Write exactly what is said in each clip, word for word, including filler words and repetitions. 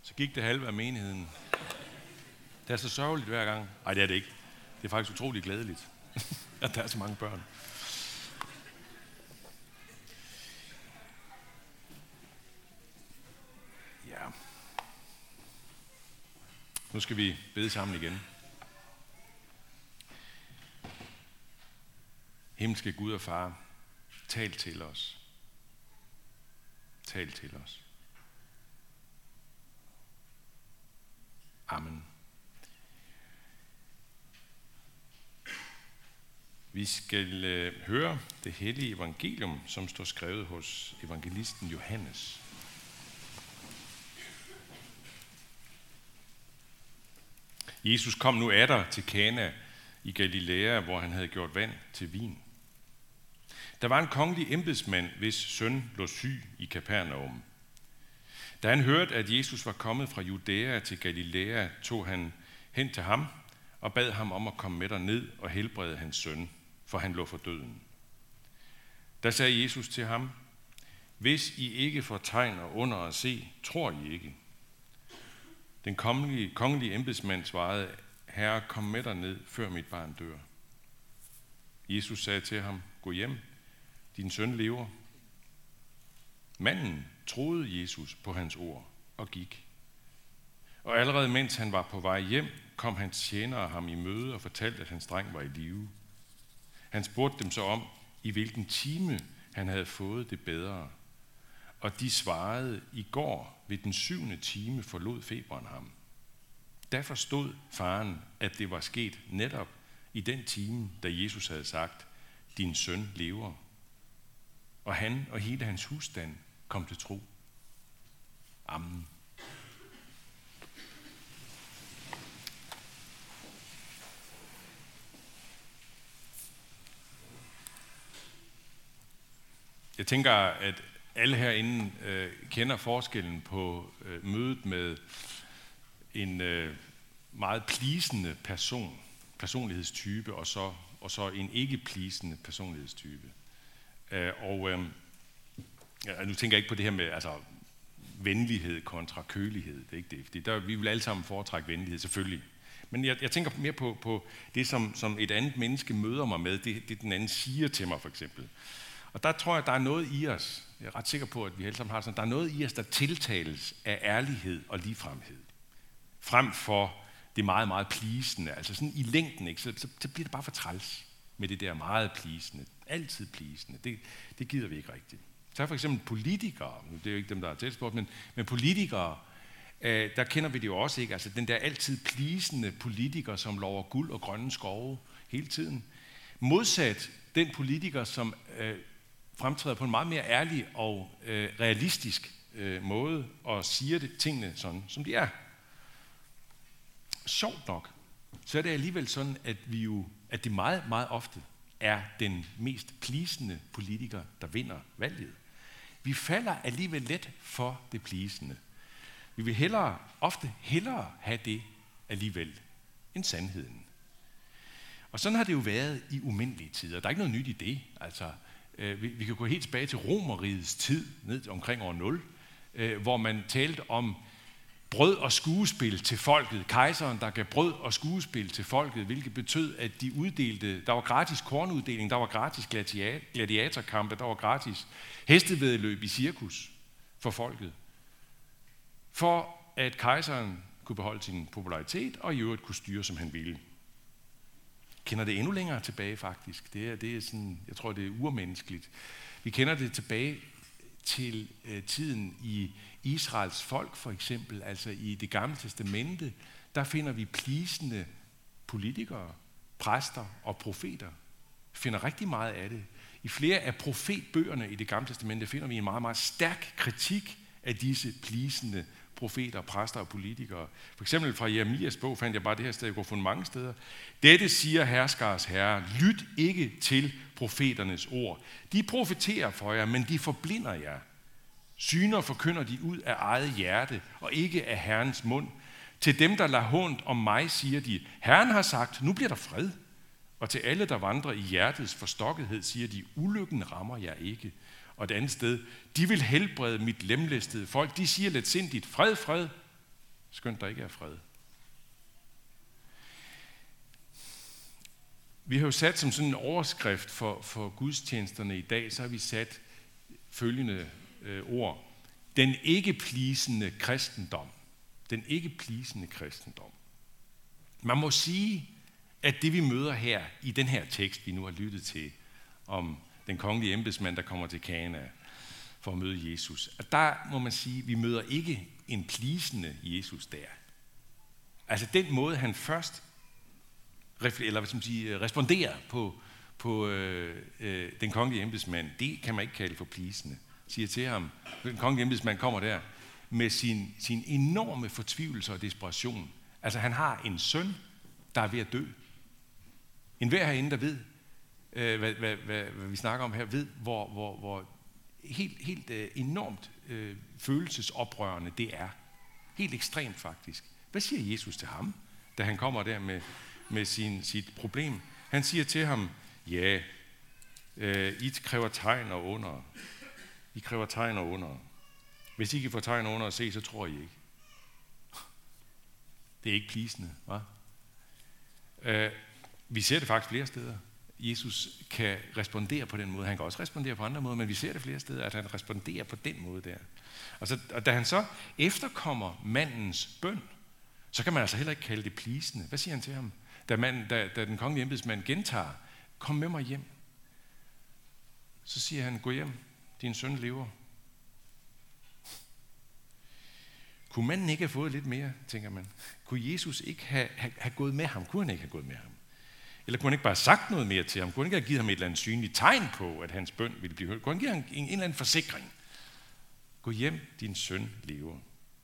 Så gik det halve af menigheden. Det er så sørgeligt hver gang. Nej, det er det ikke. Det er faktisk utroligt glædeligt, at der er så mange børn. Ja. Nu skal vi bede sammen igen. Himmelske Gud og Far, tal til os. Tal til os. Amen. Vi skal øh, høre det hellige evangelium, som står skrevet hos evangelisten Johannes. Jesus kom nu atter til Kana i Galilea, hvor han havde gjort vand til vin. Der var en kongelig embedsmand, hvis søn lå syg i Kapernaum. Da han hørte, at Jesus var kommet fra Judæa til Galilea, tog han hen til ham og bad ham om at komme med derned og helbrede hans søn, for han lå for døden. Da sagde Jesus til ham: Hvis I ikke får tegn og under at se, tror I ikke. Den kongelige, kongelige embedsmand svarede: Herre, kom med derned, før mit barn dør. Jesus sagde til ham: Gå hjem, din søn lever. Manden troede Jesus på hans ord og gik. Og allerede mens han var på vej hjem, kom hans tjenere ham i møde og fortalte, at hans dreng var i live. Han spurgte dem så om, i hvilken time han havde fået det bedre. Og de svarede: I går ved den syvende time forlod feberen ham. Da forstod faren, at det var sket netop i den time, da Jesus havde sagt: Din søn lever. Og han og hele hans husstand kom til tro. Amen. Jeg tænker, at alle herinde øh, kender forskellen på øh, mødet med en øh, meget pleasende person, personlighedstype, og så, og så en ikke pleasende personlighedstype. Øh, og øh, ja, nu tænker jeg ikke på det her med altså, venlighed kontra kølighed. Det er ikke det, fordi der, vi vil alle sammen foretrække venlighed, selvfølgelig. Men jeg, jeg tænker mere på, på det, som, som et andet menneske møder mig med, det, det den anden siger til mig, for eksempel. Og der tror jeg, der er noget i os, jeg er ret sikker på, at vi alle sammen har sådan, der er noget i os, der tiltales af ærlighed og ligefremhed. Frem for det meget, meget pleasende. Altså sådan i længden, ikke? Så, så, så bliver det bare for træls med det der meget pleasende. Altid pleasende. Det, det gider vi ikke rigtigt. Så for eksempel politikere, det er jo ikke dem, der er tilspurgt, men, men politikere, øh, der kender vi det jo også, ikke? Altså den der altid pleasende politiker, som lover guld og grønne skove hele tiden. Modsat den politiker, som øh, fremtræder på en meget mere ærlig og øh, realistisk øh, måde og siger det tingene sådan, som de er. Sjovt nok, så er det alligevel sådan, at vi jo, at det meget, meget ofte er den mest pleasende politiker, der vinder valget. Vi falder alligevel let for det pleasende. Vi vil hellere, ofte hellere have det alligevel end sandheden. Og sådan har det jo været i umindelige tider. Der er ikke noget nyt i det. Altså, øh, vi, vi kan gå helt tilbage til Romerrigets tid, ned omkring år nul, øh, hvor man talte om brød og skuespil til folket. Kejseren, der gav brød og skuespil til folket, hvilket betød, at de uddelte, der var gratis kornuddeling, der var gratis gladiatorkampe, der var gratis hestevæddeløb i cirkus for folket. For at kejseren kunne beholde sin popularitet, og i øvrigt kunne styre, som han ville. Kender det endnu længere tilbage, faktisk. Det er, det er sådan, jeg tror, det er urmenneskeligt. Vi kender det tilbage til øh, tiden i Israels folk, for eksempel, altså i Det Gamle Testamente, der finder vi pleasende politikere, præster og profeter. Vi finder rigtig meget af det. I flere af profetbøgerne i Det Gamle Testamente finder vi en meget, meget stærk kritik af disse pleasende profeter, præster og politikere. For eksempel fra Jeremias bog fandt jeg bare det her sted, jeg kunne fundet mange steder. Dette siger herskers herre, lyt ikke til profeternes ord. De profeterer for jer, men de forblinder jer. Syner forkynder de ud af eget hjerte, og ikke af Herrens mund. Til dem, der lader hånt om mig, siger de, Herren har sagt, nu bliver der fred. Og til alle, der vandrer i hjertets forstokkethed, siger de, ulykken rammer jer ikke. Og et andet sted, de vil helbrede mit lemlæstede folk. De siger letsindigt, fred, fred. skønt der ikke er fred. Vi har jo sat som sådan en overskrift for, for gudstjenesterne i dag, så har vi sat følgende øh, ord. Den ikke-plisende kristendom. Den ikke-plisende kristendom. Man må sige, at det vi møder her i den her tekst, vi nu har lyttet til, om den kongelige embedsmand, der kommer til Kana for at møde Jesus, at der må man sige, at vi møder ikke en plisende Jesus der. Altså den måde, han først eller hvad skal man sige, responderer på, på øh, øh, den kongelige embedsmand, det kan man ikke kalde for plisende. Siger til ham, den kongelige embedsmand kommer der med sin, sin enorme fortvivlelse og desperation. Altså han har en søn, der er ved at dø. En hver herinde, der ved, øh, hvad, hvad, hvad, hvad vi snakker om her, ved, hvor, hvor, hvor helt, helt øh, enormt øh, følelsesoprørende det er. Helt ekstremt faktisk. Hvad siger Jesus til ham, da han kommer der med, med sin, sit problem? Han siger til ham, ja, øh, I kræver tegn og under. I kræver tegn og under. Hvis I ikke får tegn og under at se, så tror I ikke. Det er ikke plisende, hva'? Øh, vi ser det faktisk flere steder. Jesus kan respondere på den måde. Han kan også respondere på andre måder, men vi ser det flere steder, at han responderer på den måde der. Og, så, og da han så efterkommer mandens bøn, så kan man altså heller ikke kalde det plisende. Hvad siger han til ham? Da, manden, da, da den kongelige embedsmand gentager, kom med mig hjem. Så siger han, gå hjem, din søn lever. Kunne manden ikke have fået lidt mere, tænker man? Kunne Jesus ikke have, have, have gået med ham? Kunne han ikke have gået med ham? Eller kunne han ikke bare have sagt noget mere til ham? Kunne han ikke have givet ham et eller andet synligt tegn på, at hans bøn ville blive hørt? Kunne han give ham en, en eller anden forsikring? Gå hjem, din søn lever.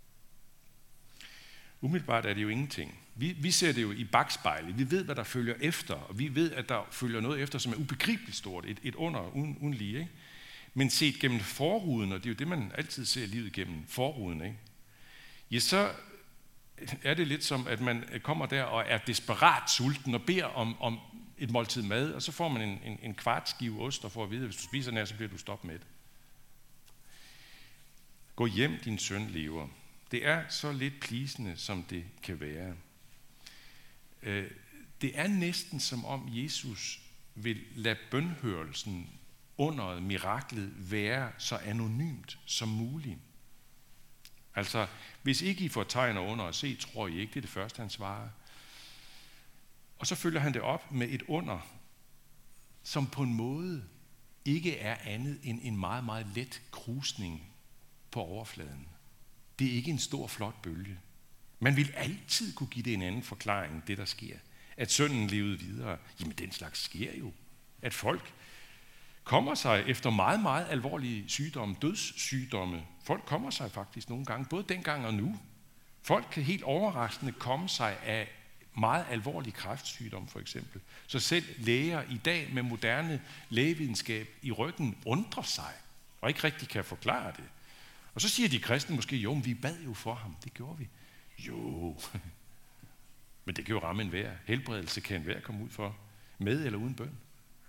Umiddelbart er det jo ingenting. Vi, vi ser det jo i bakspejlet. Vi ved, hvad der følger efter, og vi ved, at der følger noget efter, som er ubegribeligt stort. Et, et under, uden, uden lige. Ikke? Men set gennem forruden, og det er jo det, man altid ser livet gennem forruden, ikke? Ja, så er det lidt som, at man kommer der og er desperat sulten og beder om, om et måltid mad, og så får man en, en, en kvart skive ost og får at vide, at hvis du spiser den her, så bliver du stoppet med det. Gå hjem, din søn lever. Det er så lidt plisende, som det kan være. Det er næsten som om Jesus vil lade bønhørelsen under miraklet være så anonymt som muligt. Altså, hvis ikke I får tegn under at se, tror I ikke, det er det første, han svarer. Og så følger han det op med et under, som på en måde ikke er andet end en meget, meget let krusning på overfladen. Det er ikke en stor, flot bølge. Man vil altid kunne give det en anden forklaring, det der sker. At sønnen levede videre. Jamen, den slags sker jo. At folk kommer sig efter meget, meget alvorlige sygdomme, dødssygdomme. Folk kommer sig faktisk nogle gange, både dengang og nu. Folk kan helt overraskende komme sig af meget alvorlig kræftsygdom, for eksempel. Så selv læger i dag med moderne lægevidenskab i ryggen undrer sig, og ikke rigtig kan forklare det. Og så siger de kristne måske, jo, men vi bad jo for ham. Det gjorde vi. Jo, men det kan jo ramme enhver. Helbredelse kan enhver komme ud for, med eller uden bøn.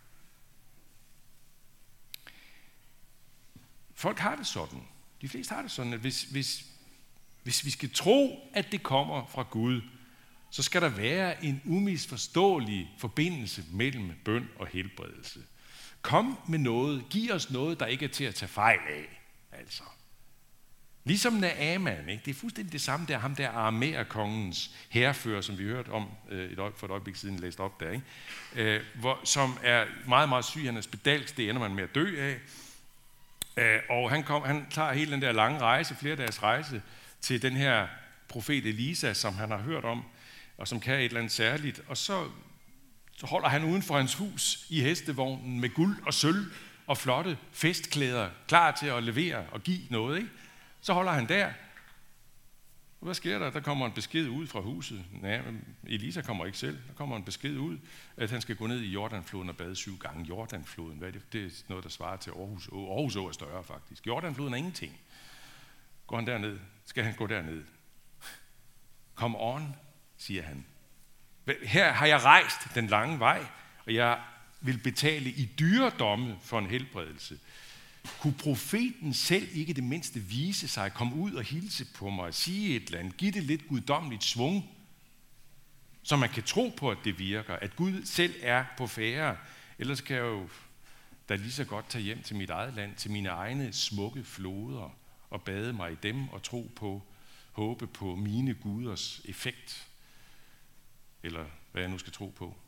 Folk har det sådan. De fleste har det sådan, at hvis, hvis, hvis vi skal tro, at det kommer fra Gud, så skal der være en umisforståelig forbindelse mellem bøn og helbredelse. Kom med noget, giv os noget, der ikke er til at tage fejl af. Altså. Ligesom Naaman, ikke? Det er fuldstændig det samme der, ham der Aramæerkongens hærfører, som vi hørte om øh, et øje, for et øjeblik siden læst op der, ikke? Øh, hvor, som er meget, meget syg, han er spedalsk, det ender man med at dø af. Øh, og han, kom, han tager hele den der lange rejse, flere dages rejse, til den her profet Elisa, som han har hørt om, og som kan et eller andet særligt. Og så, så holder han uden for hans hus i hestevognen med guld og sølv og flotte festklæder, klar til at levere og give noget, ikke? Så holder han der. Og hvad sker der? Der kommer en besked ud fra huset. Nej, Elisa kommer ikke selv. Der kommer en besked ud, at han skal gå ned i Jordanfloden og bade syv gange. Jordanfloden, hvad er det? Det er noget, der svarer til Aarhus Å. Aarhus Å er større faktisk. Jordanfloden er ingenting. Går han derned? Skal han gå derned? Come on, siger han. Her har jeg rejst den lange vej, og jeg vil betale i dyre domme for en helbredelse. Kunne profeten selv ikke det mindste vise sig, komme ud og hilse på mig, sige et eller andet, give det lidt guddommeligt svung, så man kan tro på, at det virker, at Gud selv er på færde. Ellers kan jeg jo da lige så godt tage hjem til mit eget land, til mine egne smukke floder, og bade mig i dem og tro på, håbe på mine guders effekt. Eller hvad jeg nu skal tro på.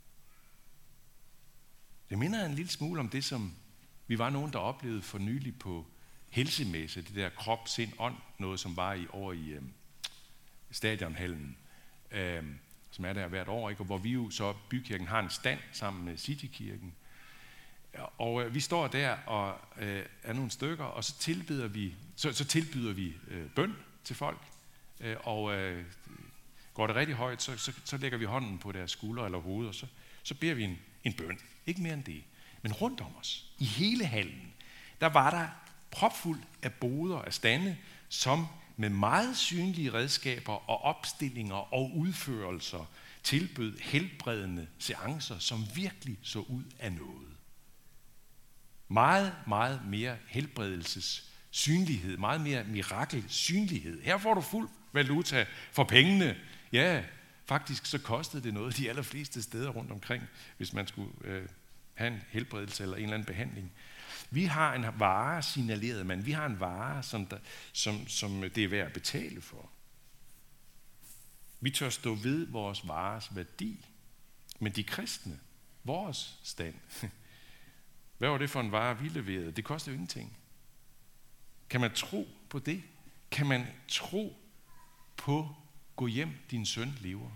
Det minder en lille smule om det, som vi var nogen, der oplevede for nylig på helsemesse, det der krop, sind, ånd, noget som var i over i øh, stadionhallen, øh, som er der hvert år, ikke? Og hvor vi jo så, Bykirken, har en stand sammen med Citykirken. Og øh, vi står der og øh, er nogle stykker, og så tilbyder vi, så, så tilbyder vi øh, bøn til folk, øh, og øh, går det rigtig højt, så, så, så lægger vi hånden på deres skuldre eller hoved, og så, så beder vi en, en bøn. Ikke mere end det. Men rundt om os, i hele hallen, der var der propfuld af boder, af stande, som med meget synlige redskaber og opstillinger og udførelser tilbød helbredende seancer, som virkelig så ud af noget. Meget, meget mere helbredelses synlighed, meget mere mirakel synlighed. Her får du fuld valuta for pengene. Ja, faktisk så kostede det noget de allerfleste steder rundt omkring, hvis man skulle øh, have en helbredelse eller en eller anden behandling. Vi har en vare signaleret, men vi har en vare, som, der, som, som det er værd at betale for. Vi tør stå ved vores vares værdi, men de kristne, vores stand, hvad var det for en vare, vi leverede? Det koster jo ingenting. Kan man tro på det? Kan man tro på, gå hjem, din søn lever?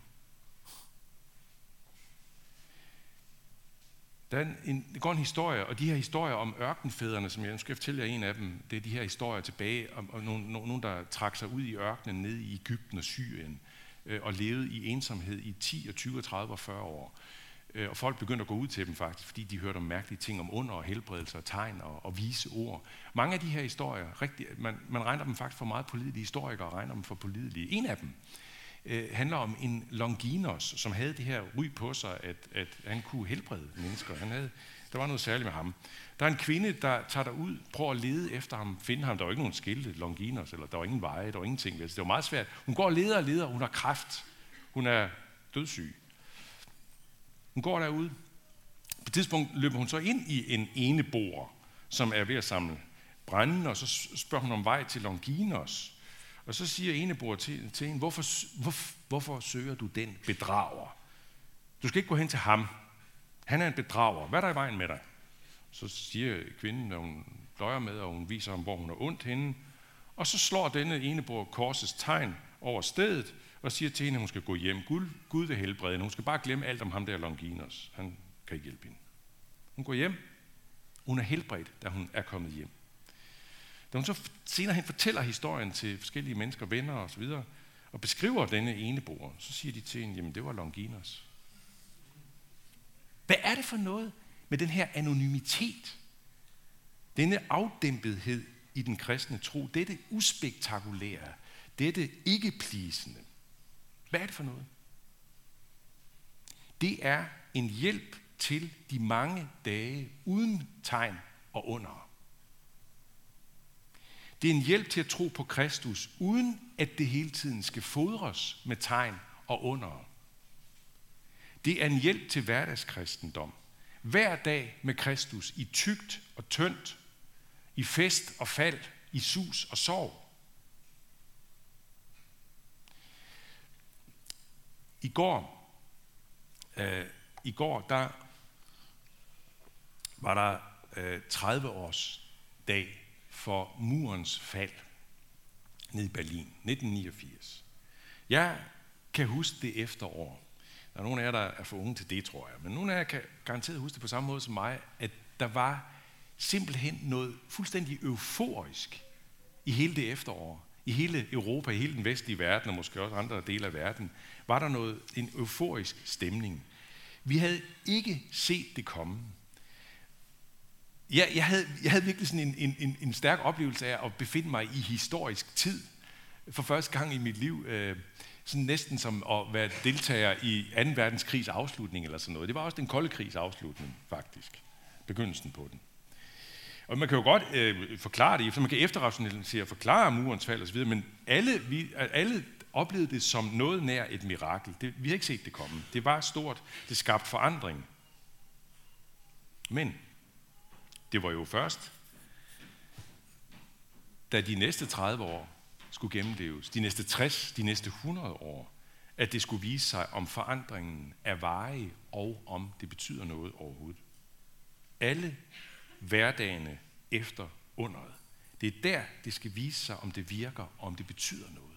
Der er en, det går en historie, og de her historier om ørkenfædrene, som jeg skal fortælle jer en af dem, det er de her historier tilbage om, om nogen, nogen, der trak sig ud i ørkenen ned i Egypten og Syrien, øh, og levede i ensomhed i ti og tyve og tredive og fyrre år. Og folk begyndte at gå ud til dem faktisk, fordi de hørte om mærkelige ting om under og helbredelse og tegn og, og vise ord. Mange af de her historier, rigtig, man, man regner dem faktisk for meget pålidelige, historikere regner dem for pålidelige. En af dem øh, handler om en Longinos, som havde det her ry på sig, at, at han kunne helbrede mennesker. Han havde, der var noget særligt med ham. Der er en kvinde, der tager derud, prøver at lede efter ham, finde ham. Der var ikke nogen skilte, Longinos, eller der var ingen veje, der var ingenting. Det var meget svært. Hun går og leder og leder, hun har kræft. Hun er dødssyg. Hun går derude. På et tidspunkt løber hun så ind i en eneboer, som er ved at samle brænde, og så spørger hun om vej til Longinos. Og så siger eneboer til, til hende, hvorfor, hvor, hvorfor søger du den bedrager? Du skal ikke gå hen til ham. Han er en bedrager. Hvad er der i vejen med dig? Så siger kvinden, at hun døjer med, og hun viser ham, hvor hun er ondt henne. Og så slår denne eneboer korsets tegn over stedet, og siger til hende, at hun skal gå hjem. Gud, Gud vil helbrede hende. Hun skal bare glemme alt om ham der Longinos. Han kan ikke hjælpe hende. Hun går hjem. Hun er helbredt, da hun er kommet hjem. Da hun så senere hen fortæller historien til forskellige mennesker, venner og så videre, og beskriver denne eneboer, så siger de til hende, jamen det var Longinos. Hvad er det for noget med den her anonymitet? Denne afdæmpethed i den kristne tro, dette uspektakulære, dette ikke-plisende. Hvad er det for noget? Det er en hjælp til de mange dage uden tegn og under. Det er en hjælp til at tro på Kristus, uden at det hele tiden skal fodres med tegn og under. Det er en hjælp til hverdagskristendom. Hver dag med Kristus i tykt og tyndt, i fest og fald, i sus og sorg. I går, øh, i går der var der øh, tredive års dag for murens fald ned i Berlin, nitten niogfirs. Jeg kan huske det efterår. Der er nogle af jer, der er for unge til det, tror jeg. Men nogle af jer kan garanteret huske det på samme måde som mig, at der var simpelthen noget fuldstændig euforisk i hele det efterår. I hele Europa, i hele den vestlige verden, og måske også andre dele af verden, var der noget, en euforisk stemning. Vi havde ikke set det komme. Jeg, jeg, havde, jeg havde virkelig sådan en, en, en, en stærk oplevelse af at befinde mig i historisk tid. For første gang i mit liv, øh, sådan næsten som at være deltager i anden verdenskrigs afslutning eller sådan noget. Det var også den kolde krigs afslutning, faktisk. Begyndelsen på den. Og man kan jo godt øh, forklare det, for man kan efterrationalisere og forklare murens fald osv., men alle, vi, alle oplevede det som noget nær et mirakel. Det, vi har ikke set det komme. Det var stort. Det skabte forandring. Men det var jo først, da de næste tredive år skulle gennemleves, de næste tres, de næste hundrede år, at det skulle vise sig, om forandringen er varig, og om det betyder noget overhovedet. Alle hverdagene efter underet. Det er der, det skal vise sig, om det virker, og om det betyder noget.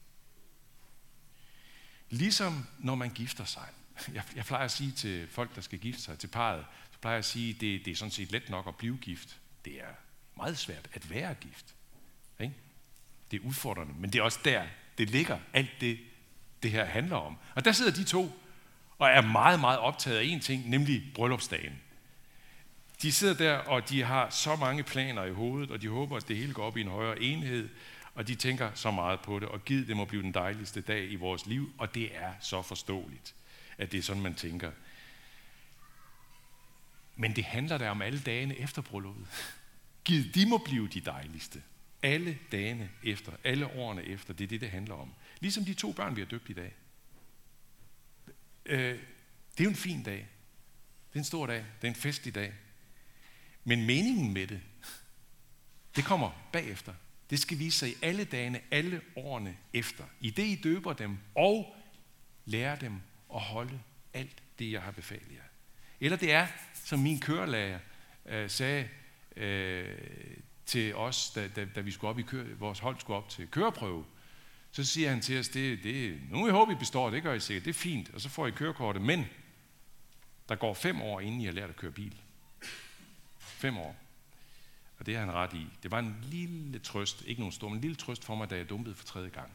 Ligesom når man gifter sig. Jeg, jeg plejer at sige til folk, der skal gifte sig, til parret, så plejer jeg at sige, at det, det er sådan set let nok at blive gift. Det er meget svært at være gift. Ikke? Det er udfordrende, men det er også der, det ligger, alt det, det her handler om. Og der sidder de to, og er meget, meget optaget af en ting, nemlig bryllupsdagen. De sidder der, og de har så mange planer i hovedet, og de håber, at det hele går op i en højere enhed, og de tænker så meget på det, og gid, det må blive den dejligste dag i vores liv, og det er så forståeligt, at det er sådan, man tænker. Men det handler der om alle dagene efter brylluppet. Gid, de må blive de dejligste. Alle dagene efter, alle årene efter, det er det, det handler om. Ligesom de to børn, vi har døbt i dag. Øh, det er jo en fin dag. Det er en stor dag. Det er en festlig dag. Men meningen med det, det kommer bagefter. Det skal vise sig i alle dagene, alle årene efter. I det, I døber dem, og lærer dem at holde alt det, jeg har befalet jer. Eller det er, som min kørelærer øh, sagde øh, til os, da, da, da vi skulle op i køre, vores hold skulle op til køreprøve, så siger han til os, det, det, nu jeg håber, I består, det gør I sikkert, det er fint, og så får I kørekortet, men der går fem år, inden I har lært at køre bil. Fem år. Og det har han ret i. Det var en lille trøst, ikke nogen stor, men en lille trøst for mig, da jeg dumpede for tredje gang.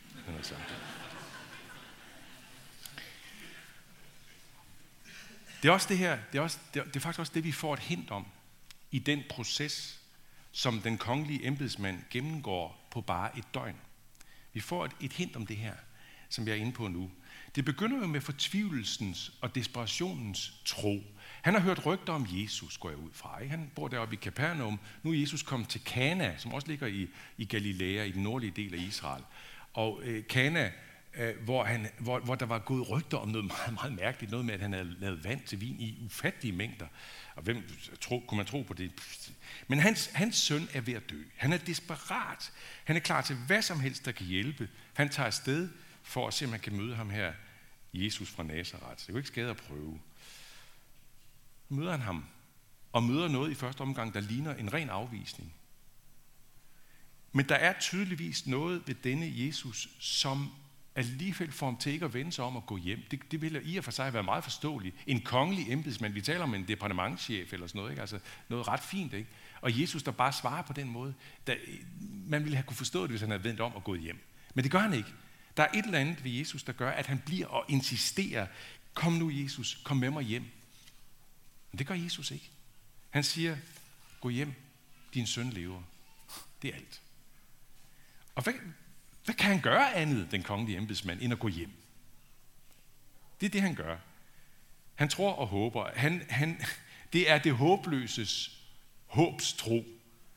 Det er også det her, det er, også, det er faktisk også det, vi får et hint om i den proces, som den kongelige embedsmand gennemgår på bare et døgn. Vi får et, et hint om det her, som jeg er inde på nu. Det begynder jo med fortvivlelsens og desperationens tro. Han har hørt rygter om Jesus, går jeg ud fra. Ikke? Han bor deroppe i Kapernaum. Nu er Jesus kommet til Kana, som også ligger i, i Galilea, i den nordlige del af Israel. Og øh, Kana, øh, hvor, han, hvor, hvor der var gået rygter om noget meget, meget mærkeligt. Noget med, at han havde lavet vand til vin i ufattelige mængder. Og hvem tro, kunne man tro på det? Men hans, hans søn er ved at dø. Han er desperat. Han er klar til hvad som helst, der kan hjælpe. Han tager afsted for at se, om man kan møde ham her, Jesus fra Nazaret. Det er jo ikke skade at prøve. Møder han ham, og møder noget i første omgang, der ligner en ren afvisning. Men der er tydeligvis noget ved denne Jesus, som alligevel får ham til ikke at vende sig om at gå hjem. Det, det vil i og for sig være meget forståeligt. En kongelig embedsmand, vi taler om en departementschef eller sådan noget, ikke? Altså noget ret fint, ikke? Og Jesus, der bare svarer på den måde, der, man ville have kunne forstå det, hvis han havde vendt om og gået hjem. Men det gør han ikke. Der er et eller andet ved Jesus, der gør, at han bliver og insisterer, kom nu Jesus, kom med mig hjem. Men det gør Jesus ikke. Han siger, gå hjem, din søn lever. Det er alt. Og hvad, hvad kan han gøre andet, den kongelige embedsmand, end at gå hjem? Det er det, han gør. Han tror og håber. Han, han, det er det håbløses håbstro.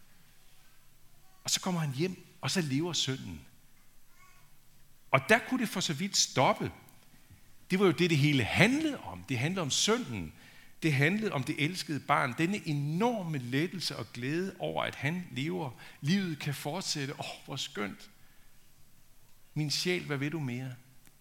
Og så kommer han hjem, og så lever sønnen. Og der kunne det for så vidt stoppe. Det var jo det, det hele handlede om. Det handlede om sønnen. Det handlede om det elskede barn. Denne enorme lettelse og glæde over, at han lever. Livet kan fortsætte. Åh, oh, hvor skønt. Min sjæl, hvad ved du mere?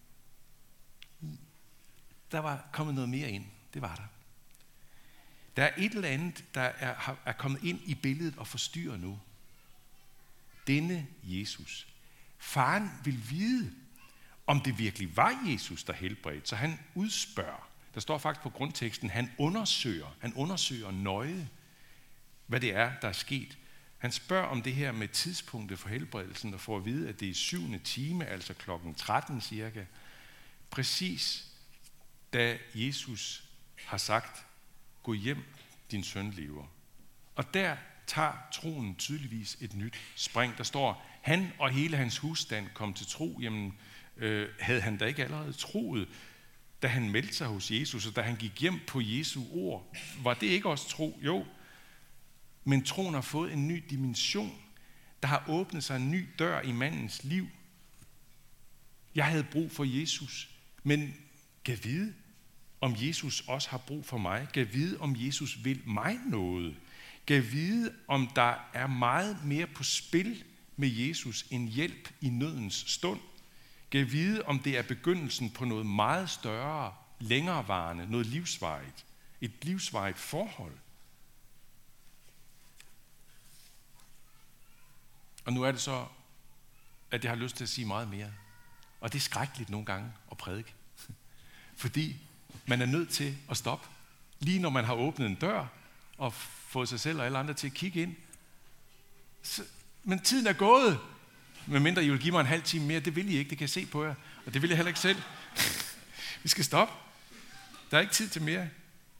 Der var kommet noget mere ind. Det var der. Der er et eller andet, der er, er kommet ind i billedet og forstyrrer nu. Denne Jesus. Faren vil vide, om det virkelig var Jesus, der helbredte. Så han udspørger. Der står faktisk på grundteksten, han undersøger. Han undersøger nøje, hvad det er, der er sket. Han spørger om det her med tidspunktet for helbredelsen, og får at vide, at det er syvende time, altså klokken tretten cirka. Præcis da Jesus har sagt, gå hjem, din søn lever. Og der tager troen tydeligvis et nyt spring. Der står, han og hele hans husstand kom til tro. Jamen, øh, havde han da ikke allerede troet, da han meldte sig hos Jesus, og da han gik hjem på Jesu ord? Var det ikke også tro? Jo. Men troen har fået en ny dimension. Der har åbnet sig en ny dør i mandens liv. Jeg havde brug for Jesus, men kan vide, om Jesus også har brug for mig. Kan vide, om Jesus vil mig noget. Kan vide, om der er meget mere på spil med Jesus end hjælp i nødens stund. Kan vide, om det er begyndelsen på noget meget større, længerevarende, noget livsvarigt. Et livsvarigt forhold. Og nu er det så, at jeg har lyst til at sige meget mere. Og det er skrækkeligt nogle gange at prædike. Fordi man er nødt til at stoppe. Lige når man har åbnet en dør, og fået sig selv og alle andre til at kigge ind. Så, men tiden er gået. Men mindre I vil give mig en halv time mere, det vil I ikke, det kan jeg se på jer. Og det vil jeg heller ikke selv. Vi skal stoppe. Der er ikke tid til mere.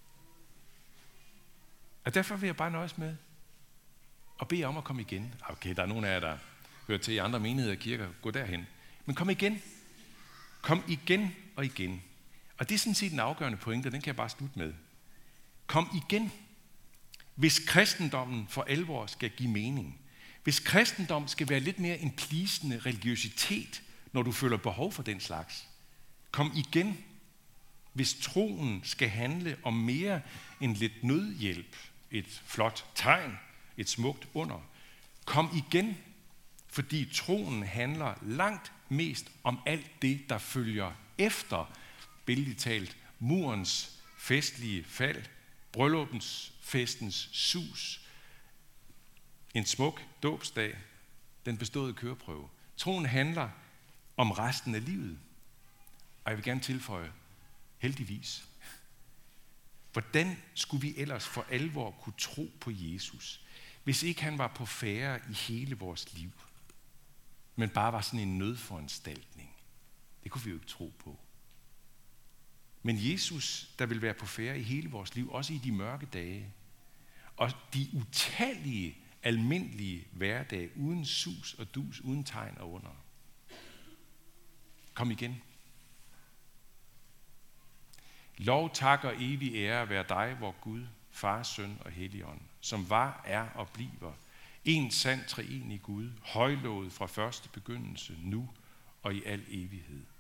Og derfor vil jeg bare nøjes med at bede om at komme igen. Okay, der er nogle af jer, der hører til i andre menigheder og kirker. Gå derhen. Men kom igen. Kom igen og igen. Og det er sådan set en afgørende pointe, den kan jeg bare slutte med. Kom igen. Hvis kristendommen for alvor skal give mening, hvis kristendom skal være lidt mere en pleasende religiøsitet, når du føler behov for den slags, kom igen. Hvis troen skal handle om mere end lidt nødhjælp, et flot tegn, et smukt under, kom igen, fordi troen handler langt mest om alt det, der følger efter, billedligt talt, murens festlige fald, bryllupens festens sus, en smuk dåbsdag, den beståede køreprøve. Troen handler om resten af livet. Og jeg vil gerne tilføje, heldigvis. Hvordan skulle vi ellers for alvor kunne tro på Jesus, hvis ikke han var på færde i hele vores liv, men bare var sådan en nødforanstaltning? Det kunne vi jo ikke tro på. Men Jesus, der vil være på færde i hele vores liv, også i de mørke dage, og de utallige, almindelige hverdage, uden sus og dus, uden tegn og under. Kom igen. Lov, tak og evig ære være dig, vor Gud, Far, Søn og Helligånd, som var, er og bliver en sand treenig Gud, højlovet fra første begyndelse, nu og i al evighed.